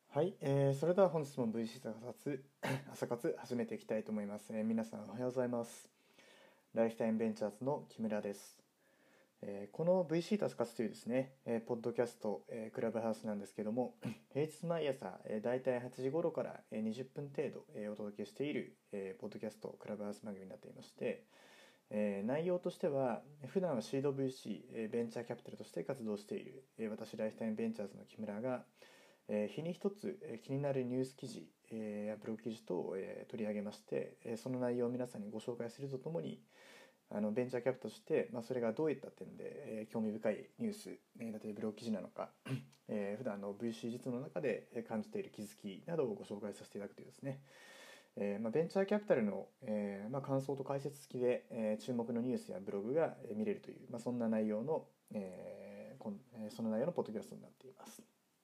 はい、それでは本日も VC 朝活始めていきたいと思います。皆さんおはようございます。ライフタイムベンチャーズの木村です。この VC 朝活というですね、ポッドキャスト、クラブハウスなんですけども、平日毎朝、だいたい8時頃から、20分程度、お届けしている、ポッドキャストクラブハウス番組になっていまして、内容としては普段はシード VC、ベンチャーキャピタルとして活動している、私ライフタイムベンチャーズの木村が日に一つ気になるニュース記事やブログ記事等を取り上げまして、その内容を皆さんにご紹介するとともに、ベンチャーキャピタルとして、それがどういった点で興味深いニュース、例えばブログ記事なのか、普段の VC 実務の中で感じている気づきなどをご紹介させていただくというですね、ベンチャーキャピタルの、感想と解説付きで、注目のニュースやブログが見れるという、そんな内容の、その内容のポッドキャストになっています。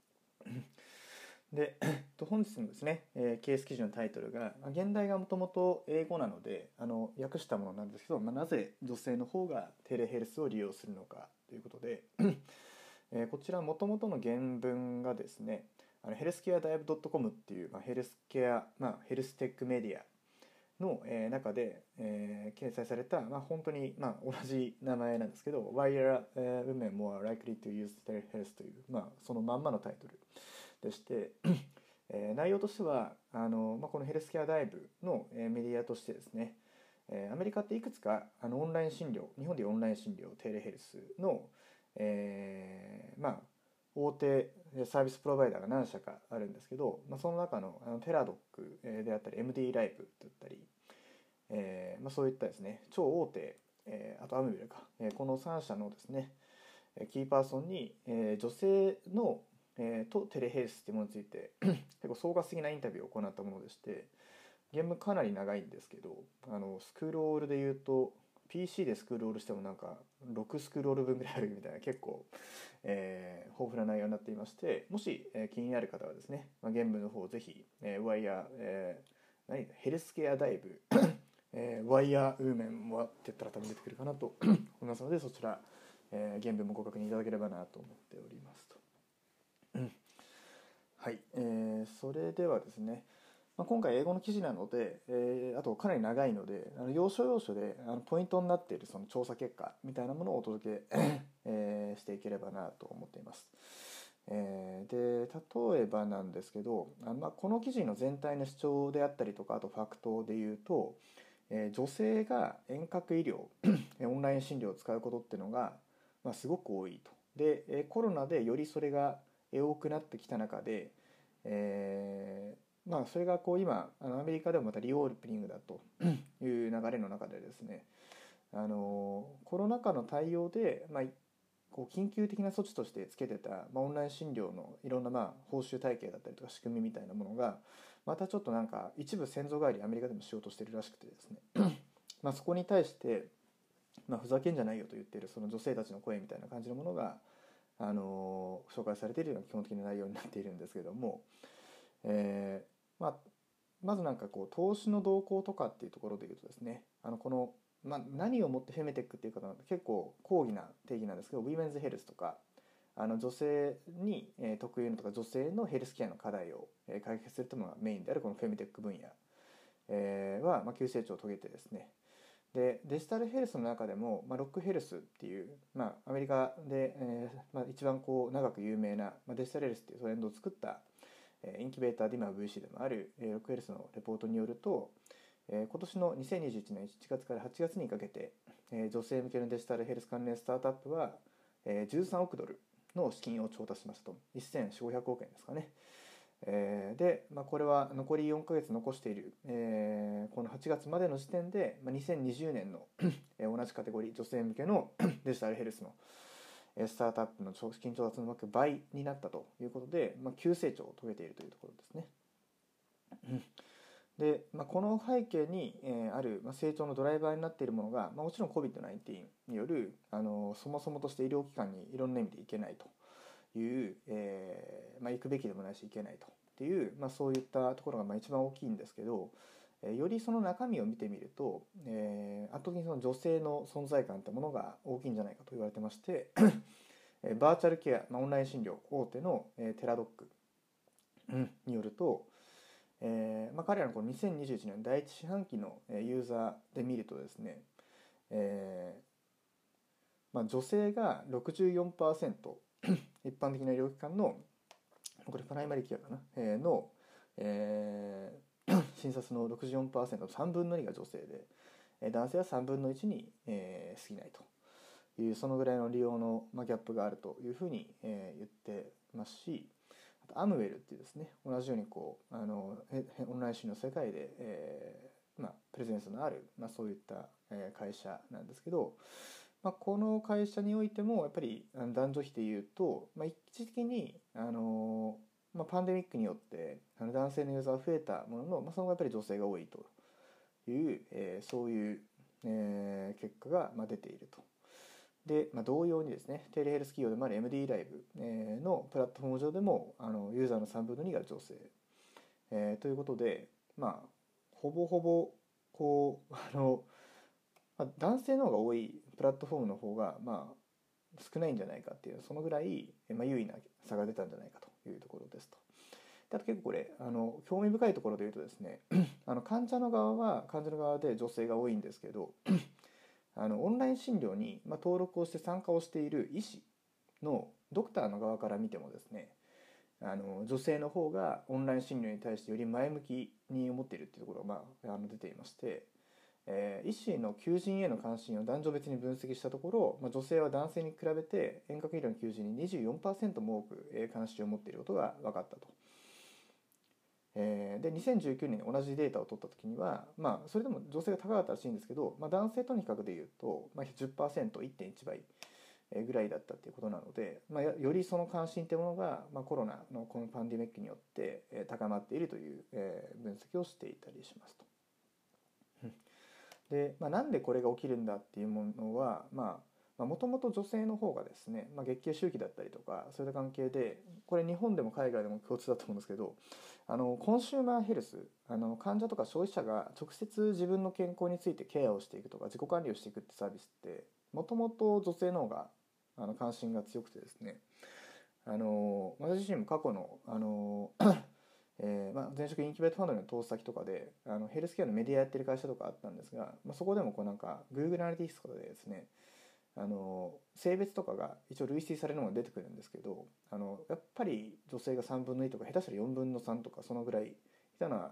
で、本日のですね、ケース記事のタイトルが、現代がもともと英語なので訳したものなんですけど、なぜ女性の方がテレヘルスを利用するのかということで、こちらもともとの原文がですね、ヘルスケアダイブ .com っていう、ヘルスケア、ヘルステックメディアの、中で、掲載された、本当に、同じ名前なんですけど Why are women more likely to use telehealth という、そのまんまのタイトルでして、内容としてはこのヘルスケアダイブの、メディアとしてですね、アメリカっていくつかオンライン診療、日本でオンライン診療テレヘルスの、大手サービスプロバイダーが何社かあるんですけど、その中のテラドックであったり MD ライブだったり、そういったですね超大手、あとアムベルか、この3社のですねキーパーソンに、女性の、とテレヘルスというものについて結構総括的なインタビューを行ったものでして、原文かなり長いんですけど、スクロールで言うと PC でスクロールしてもなんか6スクロール分ぐらいあるみたいな結構、豊富な内容になっていまして、もし、気になる方はですね、原文の方をぜひ、ワイヤー、ヘルスケアダイブワイヤーウーメンはって言ったら多分出てくるかなと思いますので、そちら、原文もご確認いただければなと思っておりますと。はい、それではですね、今回英語の記事なので、あとかなり長いので要所要所でポイントになっているその調査結果みたいなものをお届け、していければなと思っています。で例えばなんですけどこの記事の全体の主張であったりとか、あとファクトで言うと、女性が遠隔医療オンライン診療を使うことっていうのが、すごく多いと。でコロナでよりそれが多くなってきた中で、それがこう今アメリカでもまたリオープニングだという流れの中でですね、コロナ禍の対応で、こう緊急的な措置としてつけてた、オンライン診療のいろんな報酬体系だったりとか仕組みみたいなものがまたちょっとなんか一部先祖返りアメリカでもしようとしてるらしくてですねそこに対して、ふざけんじゃないよと言っているその女性たちの声みたいな感じのものが、紹介されているような基本的な内容になっているんですけども、まずなんかこう投資の動向とかっていうところで言うとですね、この、何をもってフェムテックっていうか結構広義な定義なんですけど、ウィメンズヘルスとか女性に特有のとか女性のヘルスケアの課題を解決するというのがメインであるこのフェムテック分野は急成長を遂げてですね、でデジタルヘルスの中でも、ロックヘルスっていう、アメリカで、一番こう長く有名な、デジタルヘルスっていうトレンドを作ったインキュベーターで今 VC でもあるロックヘルスのレポートによると、今年の2021年7月から8月にかけて女性向けのデジタルヘルス関連スタートアップは13億ドルの資金を調達しましたと。1400億円ですかね。で、これは残り4ヶ月残している、この8月までの時点で、2020年の同じカテゴリー女性向けのデジタルヘルスのスタートアップの資金調達の額倍になったということで、急成長を遂げているというところですね。で、この背景にある成長のドライバーになっているものが、もちろん COVID-19 によるそもそもとして医療機関にいろんな意味で行けないという、行くべきでもないし行けないとっていう、そういったところが一番大きいんですけど、よりその中身を見てみると、圧倒的にその女性の存在感というものが大きいんじゃないかと言われてましてバーチャルケア、オンライン診療大手のテラドックによると、彼らのこの2021年第一四半期のユーザーで見るとですね、女性が 64% 一般的な医療機関のこれプライマリケアかな、の、診察の 64% 3分の2が女性で、男性は3分の1に、過ぎないというそのぐらいの利用の、ギャップがあるというふうに、言ってますし、あとアムウェルっていうですね、同じようにこうオンライン診療の世界で、プレゼンスのある、そういった、会社なんですけど、この会社においてもやっぱり男女比でいうと、一時的にパンデミックによって男性のユーザーが増えたものの、その後やっぱり女性が多いという、そういう、結果が出ていると。で、同様にですね、テレヘルス企業でもある MD ライブのプラットフォーム上でもユーザーの3分の2が女性、ということで、ほぼほぼこう男性の方が多いプラットフォームの方が少ないんじゃないかっていう、そのぐらい優位な差が出たんじゃないかというところですと。であと結構これ興味深いところで言うとですね患者の側は患者の側で女性が多いんですけどオンライン診療に登録をして参加をしている医師のドクターの側から見てもですね女性の方がオンライン診療に対してより前向きに思っているというところが出ていまして、医師の求人への関心を男女別に分析したところ、女性は男性に比べて遠隔医療の求人に 24% も多く関心を持っていることが分かったと。で2019年に同じデータを取った時には、それでも女性が高かったらしいんですけど、男性との比較でいうと、10%、1.1 倍ぐらいだったということなので、よりその関心というものが、コロナのこのパンデミックによって高まっているという分析をしていたりしますと。で、なんでこれが起きるんだっていうものは、もともと女性の方がですね、月経周期だったりとかそういった関係で、これ日本でも海外でも共通だと思うんですけど、コンシューマーヘルス、患者とか消費者が直接自分の健康についてケアをしていくとか自己管理をしていくってサービスってもともと女性の方が関心が強くてですね、私自身も過去の前職インキュベートファンドの投資先とかでヘルスケアのメディアやってる会社とかあったんですが、そこでもGoogle アナリティクスとかでですね性別とかが一応類推されるのが出てくるんですけどやっぱり女性が3分の2とか下手したら4分の3とかそのぐらいみたいな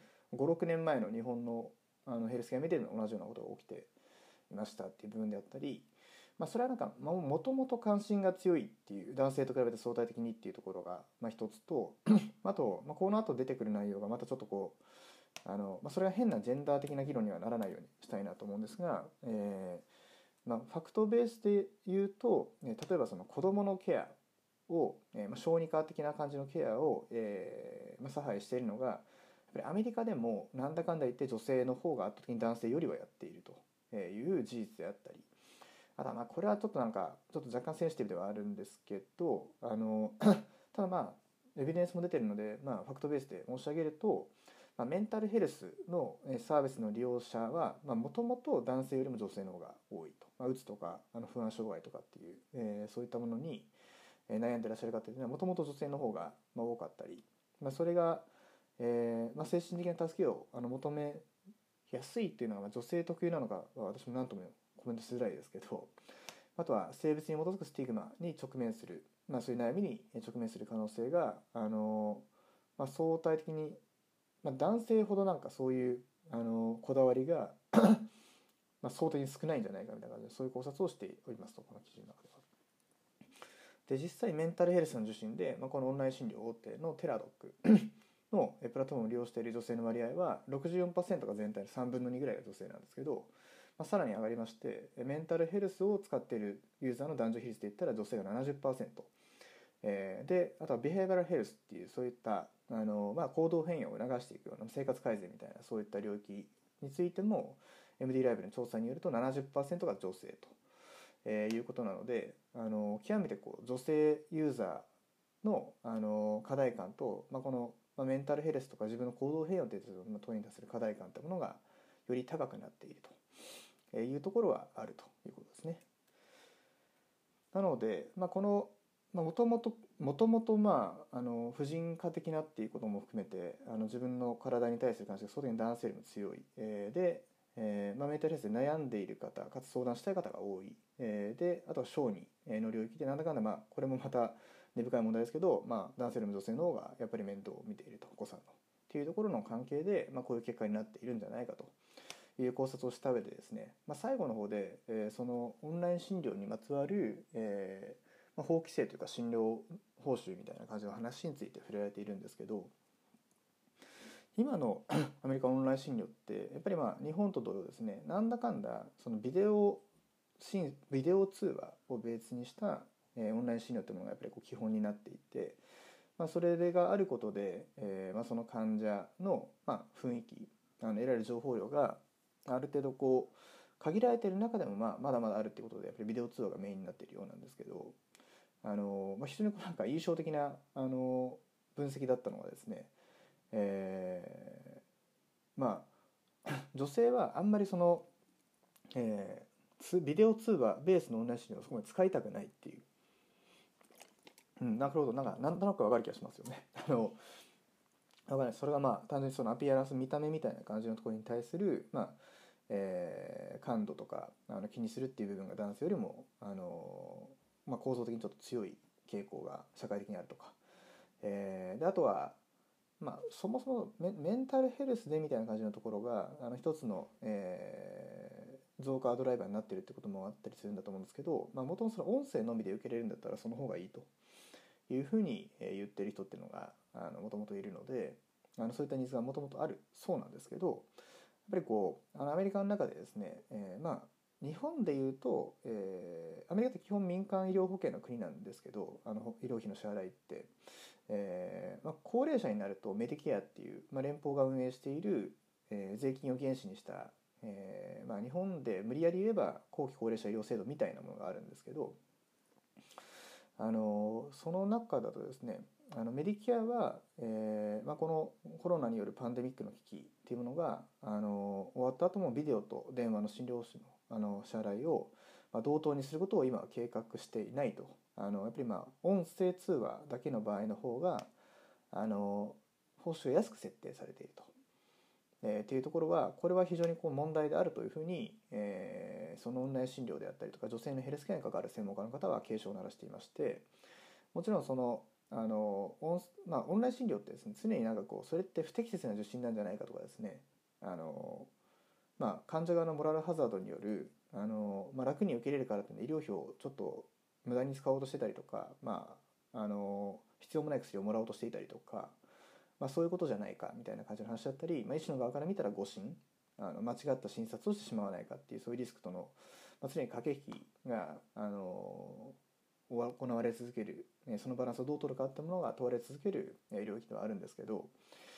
56年前の日本のヘルスケアメディアでも同じようなことが起きていましたっていう部分であったり、それはもともと関心が強いっていう男性と比べて相対的にっていうところが一つとあと、この後出てくる内容がまたちょっとこうそれが変なジェンダー的な議論にはならないようにしたいなと思うんですが、ファクトベースで言うと例えばその子どものケアを、小児科的な感じのケアを、差配しているのがやっぱりアメリカでもなんだかんだ言って女性の方が圧倒的に男性よりはやっているという事実であったり、あとはこれはちょっと若干センシティブではあるんですけどただエビデンスも出てるので、ファクトベースで申し上げると、メンタルヘルスのサービスの利用者はもともと男性よりも女性の方が多いと、うつとか不安障害とかっていう、そういったものに悩んでいらっしゃる方というのはもともと女性の方が多かったり、それが、精神的な助けを求めやすいっていうのが女性特有なのか私も何ともコメントしづらいですけど、あとは性別に基づくスティグマに直面する、そういう悩みに直面する可能性が相対的に、男性ほどそういうこだわりが相対に少ないんじゃないかみたいな感じでそういう考察をしておりますと、この記事の中では。で実際メンタルヘルスの受診で、このオンライン診療大手のテラドックのプラットフォームを利用している女性の割合は 64% が全体の3分の2ぐらいが女性なんですけど、さらに上がりまして、メンタルヘルスを使っているユーザーの男女比率で言ったら女性が 70%、であとはビヘイバルヘルスっていうそういった行動変容を促していくような生活改善みたいなそういった領域についても MD ライブの調査によると 70% が女性と、いうことなので極めて女性ユーザーの課題感と、このメンタルヘルスとか自分の行動変容という問いに対する課題感というものがより高くなっているというところはあるということですね。なので、このもともと婦人科的なっていうことも含めて自分の体に対する関心が相当に男性よりも強い、で、メンタルヘルスで悩んでいる方かつ相談したい方が多い、であとは小児の領域でなんだかんだ、これもまた根深い問題ですけど、男性よりも女性の方がやっぱり面倒を見ていると、お子さんのっていうところの関係で、こういう結果になっているんじゃないかという考察をした上でですね、最後の方で、そのオンライン診療にまつわる、法規制というか診療報酬みたいな感じの話について触れられているんですけど、今のアメリカオンライン診療ってやっぱり日本と同様ですね、なんだかんだそのビデオ通話をベースにした、オンライン診療というものがやっぱり基本になっていて、それがあることで、その患者の、雰囲気得られる情報量がある程度限られている中でもまだまだあるっていうことで、やっぱりビデオ通話がメインになっているようなんですけど、非常になんか印象的な分析だったのがですね、女性はあんまりその、ビデオ通話ベースのオンライン診療をそこまで使いたくないっていう、なるほど、なんとなく分かる気がしますよね。分かんない、それが単純にそのアピアランス、見た目みたいな感じのところに対する感度とか気にするっていう部分が男性よりも構造的にちょっと強い傾向が社会的にあるとか、であとはそもそもメンタルヘルスでみたいな感じのところが一つの、増加ドライバーになっているってこともあったりするんだと思うんですけど、もともとその音声のみで受けれるんだったらその方がいいというふうに言ってる人っていうのがもともといるので、そういったニーズがもともとあるそうなんですけど、やっぱりアメリカの中でですね、日本でいうと、アメリカって基本民間医療保険の国なんですけど、医療費の支払いって、高齢者になるとメディケアっていう、連邦が運営している、税金を原資にした、日本で無理やり言えば後期高齢者医療制度みたいなものがあるんですけど、その中だとですね、メディケアは、このコロナによるパンデミックの危機っていうものが終わった後もビデオと電話の診療費の支払いを同等にすることを今は計画していないと。やっぱり音声通話だけの場合の方が報酬が安く設定されていると。っていうところは、これは非常に問題であるというふうに、そのオンライン診療であったりとか女性のヘルスケアに関わる専門家の方は警鐘を鳴らしていまして、もちろんそのオンライン診療ってですね、常にそれって不適切な受診なんじゃないかとかですね、患者側のモラルハザードによる楽に受け入れるからというので医療費をちょっと無駄に使おうとしてたりとか、必要もない薬をもらおうとしていたりとか、そういうことじゃないかみたいな感じの話だったり、医師の側から見たら誤診、間違った診察をしてしまわないかっていう、そういうリスクとの、常に駆け引きが行われ続ける、そのバランスをどう取るかっていうものが問われ続ける領域ではあるんですけど、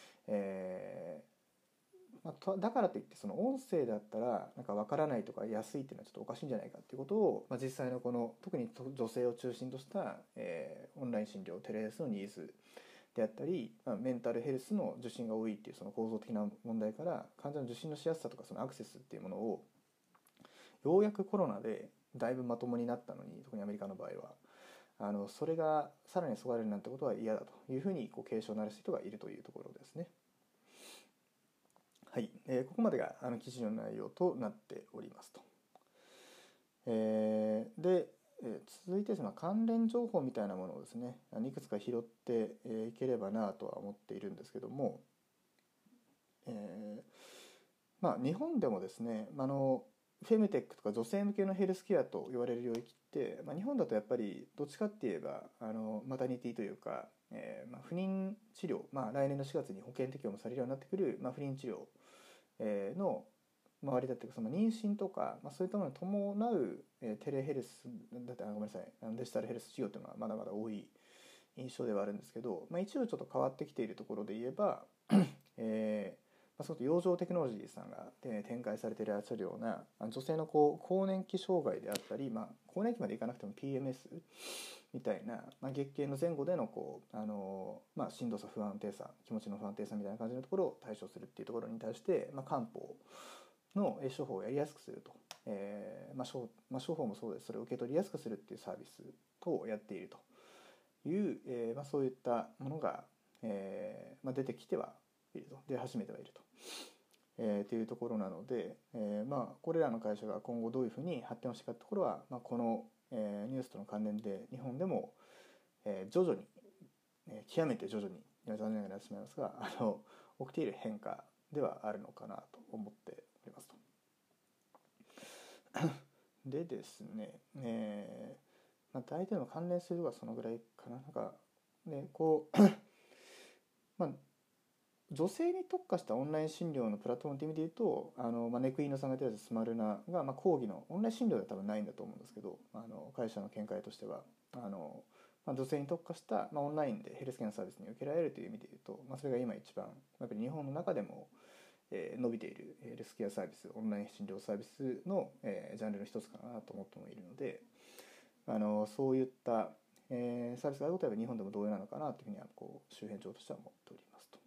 だからといってその音声だったら分からないとか安いっていうのはちょっとおかしいんじゃないかっていうことを、実際の特に女性を中心とした、オンライン診療テレヘルスのニーズであったり、メンタルヘルスの受診が多いっていうその構造的な問題から、患者の受診のしやすさとかそのアクセスっていうものをようやくコロナでだいぶまともになったのに、特にアメリカの場合はそれがさらにそがれるなんてことは嫌だというふうに警鐘を鳴らす人がいるというところですね。はい、ここまでが記事の内容となっておりますと。で、続いて関連情報みたいなものをですね、いくつか拾っていければなとは思っているんですけども、日本でもですね、フェムテックとか女性向けのヘルスケアと言われる領域って、日本だとやっぱりどっちかって言えばマタニティというか、不妊治療、来年の4月に保険適用もされるようになってくる、不妊治療、の周りだってその妊娠とか、そういったものに伴う、テレヘルスだってごめんなさい、デジタルヘルス事業というのはまだまだ多い印象ではあるんですけど、一部ちょっと変わってきているところで言えばその養生テクノロジーさんが展開されていらっしゃるような女性の更年期障害であったり、更年期までいかなくても PMS みたいな、月経の前後でのしんどさ、不安定さ、気持ちの不安定さみたいな感じのところを対処するっていうところに対して、漢方の処方をやりやすくすると、処方もそうです、それを受け取りやすくするっていうサービス等をやっているという、そういったものが、出てきてはいると、出始めてはいると。というところなので、これらの会社が今後どういうふうに発展をしていくかというところは、この、ニュースとの関連で日本でも、徐々に、極めて徐々に残念ながらなってしまいますが起きている変化ではあるのかなと思っておりますと。でですね、大体の関連するのはそのぐらいかな。なんかね、こう女性に特化したオンライン診療のプラットフォームという意味で言うとネクイノさんが言ってたスマルナが、講義のオンライン診療では多分ないんだと思うんですけど、会社の見解としては女性に特化した、オンラインでヘルスケアのサービスに受けられるという意味で言うと、それが今一番やっぱり日本の中でも、伸びているヘルスケアサービス、オンライン診療サービスの、ジャンルの一つかなと思ってもいるので、そういった、サービスがあることは日本でも同様なのかなというふうには周辺上としては思っておりますと。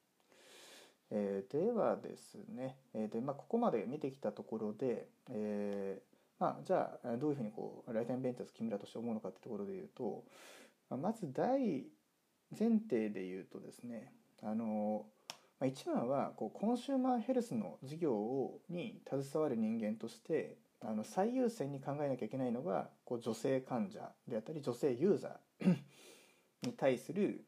ではですね、ここまで見てきたところで、じゃあどういうふうにライタイムベンチャーズ木村として思うのかというところで言うと、まず大前提で言うとですね、一番はコンシューマーヘルスの事業に携わる人間として最優先に考えなきゃいけないのが女性患者であったり女性ユーザーに対する、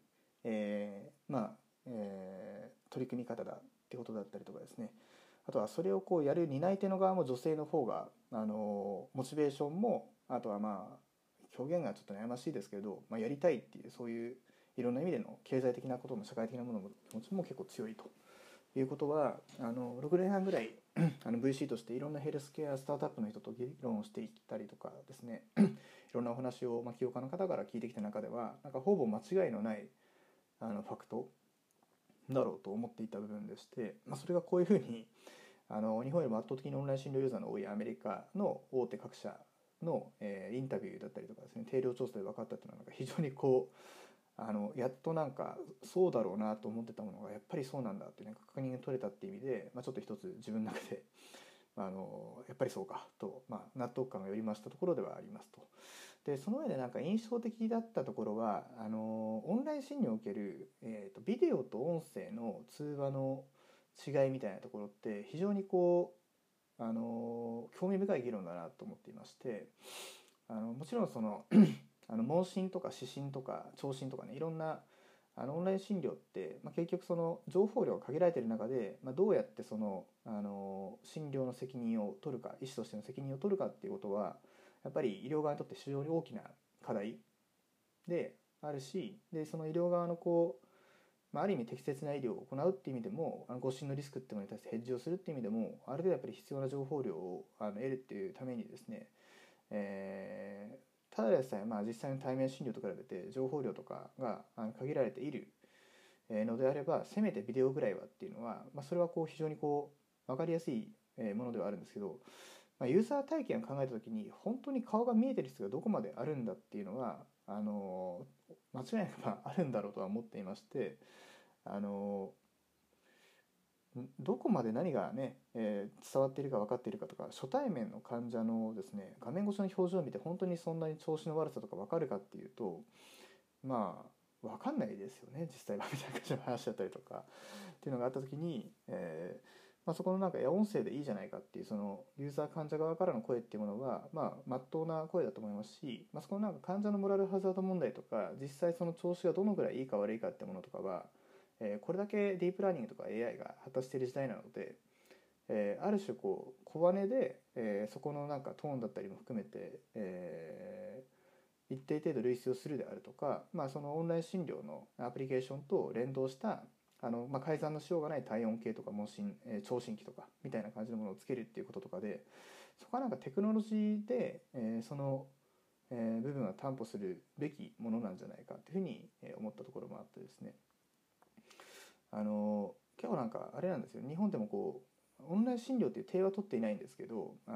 取り組み方だってことだったりとかですね、あとはそれをやる担い手の側も女性の方がモチベーションも、あとは表現がちょっと悩ましいですけど、やりたいっていうそういういろんな意味での経済的なことも社会的なものの気持ちも結構強いということは6年半ぐらいVC としていろんなヘルスケアスタートアップの人と議論をしていったりとかですねいろんなお話を起業家の方から聞いてきた中ではほぼ間違いのないファクトだろうと思っていた部分でして、それがこういうふうに日本よりも圧倒的にオンライン診療ユーザーの多いアメリカの大手各社の、インタビューだったりとかですね、定量調査で分かったというのは非常にやっとそうだろうなと思ってたものがやっぱりそうなんだっていう確認が取れたっていう意味で、ちょっと一つ自分の中でやっぱりそうかと、納得感がより増したところではありますと。でその上で印象的だったところはオンライン診療における、ビデオと音声の通話の違いみたいなところって非常に興味深い議論だなと思っていまして、もちろんその問診とか視診とか聴診とかね、いろんなオンライン診療って、結局その情報量が限られている中で、どうやってその診療の責任を取るか、医師としての責任を取るかっていうことはやっぱり医療側にとって非常に大きな課題であるし、でその医療側のある意味適切な医療を行うっていう意味でも誤診のリスクっていうものに対してヘッジをするっていう意味でもある程度やっぱり必要な情報量を得るっていうためにですね、ただでさえ実際の対面診療と比べて情報量とかが限られているのであれば、せめてビデオぐらいはっていうのは、それは非常に分かりやすいものではあるんですけど、ユーザー体験を考えた時に本当に顔が見えてる必要がどこまであるんだっていうのは間違いなくあるんだろうとは思っていまして、どこまで何がね、伝わっているか分かっているかとか、初対面の患者のですね画面越しの表情を見て本当にそんなに調子の悪さとか分かるかっていうと分かんないですよね、実際はみたいな感じの話だったりとかっていうのがあった時に、そこの音声でいいじゃないかっていうそのユーザー患者側からの声っていうものは真っ当な声だと思いますし、そこの患者のモラルハザード問題とか実際その調子がどのぐらいいいか悪いかっていうものとかはこれだけディープラーニングとか AI が発達している時代なので、ある種小バネで、そこのトーンだったりも含めて、一定程度類似をするであるとか、そのオンライン診療のアプリケーションと連動した改ざんのしようがない体温計とか問診、聴診器とかみたいな感じのものをつけるっていうこととかで、そこはテクノロジーで、その部分は担保するべきものなんじゃないかというふうに思ったところもあってですね、結構あれなんですよ、日本でもオンライン診療っていう手は取っていないんですけど、チ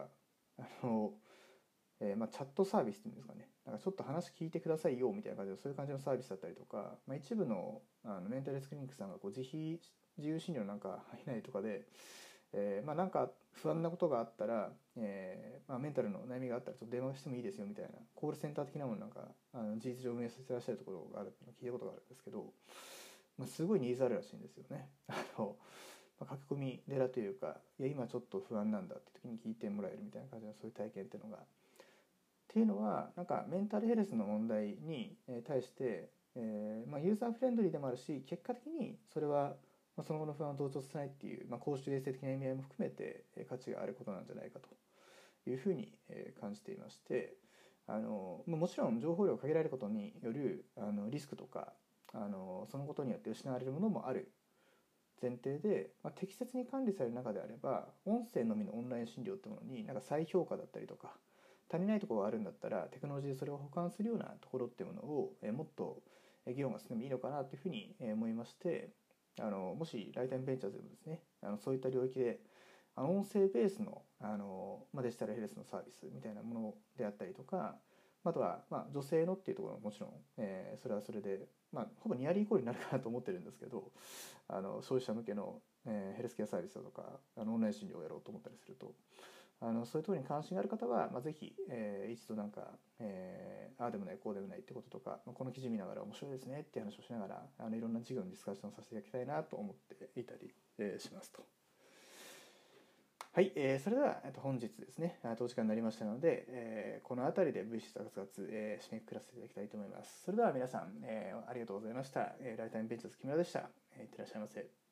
ャットサービスっていうんですかね、ちょっと話聞いてくださいよみたいな感じでそういう感じのサービスだったりとか、一部のメンタルヘルスクリニックさんが自由診療範囲内とかで、 なんか不安なことがあったら、メンタルの悩みがあったらちょっと電話してもいいですよみたいなコールセンター的なものなんか事実上運営させてらっしゃるところがあるっていうのを聞いたことがあるんですけど、すごいニーズあるらしいんですよね。書き込み寺というか、いや今ちょっと不安なんだって時に聞いてもらえるみたいな感じのそういう体験っていうのがっていうのはなんかメンタルヘルスの問題に対して、ユーザーフレンドリーでもあるし、結果的にそれはその後の不安を同調させないっていう、公衆衛生的な意味合いも含めて価値があることなんじゃないかというふうに感じていまして、もちろん情報量を限られることによるリスクとかそのことによって失われるものもある前提で、適切に管理される中であれば音声のみのオンライン診療ってものになんか再評価だったりとか足りないところがあるんだったらテクノロジーでそれを補完するようなところっていうものをもっと議論が進んでもいいのかなというふうに思いまして、もしライタイムベンチャーズでもですねそういった領域で音声ベースのデジタルヘルスのサービスみたいなものであったりとか、あとは女性のっていうところももちろんそれはそれでほぼニアリーイコールになるかなと思ってるんですけど、消費者向けのヘルスケアサービスだとかオンライン診療をやろうと思ったりするとそういうところに関心がある方は、ぜひ、一度なんか、ああでもないこうでもないってこととか、この記事見ながら面白いですねっていう話をしながらいろんな事業のディスカッションをさせていただきたいなと思っていたり、しますと。はい、それでは本日ですね、お時間になりましたので、この辺りで V シスガツガツ、締めくくらせていただきたいと思います。それでは皆さん、ありがとうございました。ライタイムベンチャーズ木村でした。いってらっしゃいませ。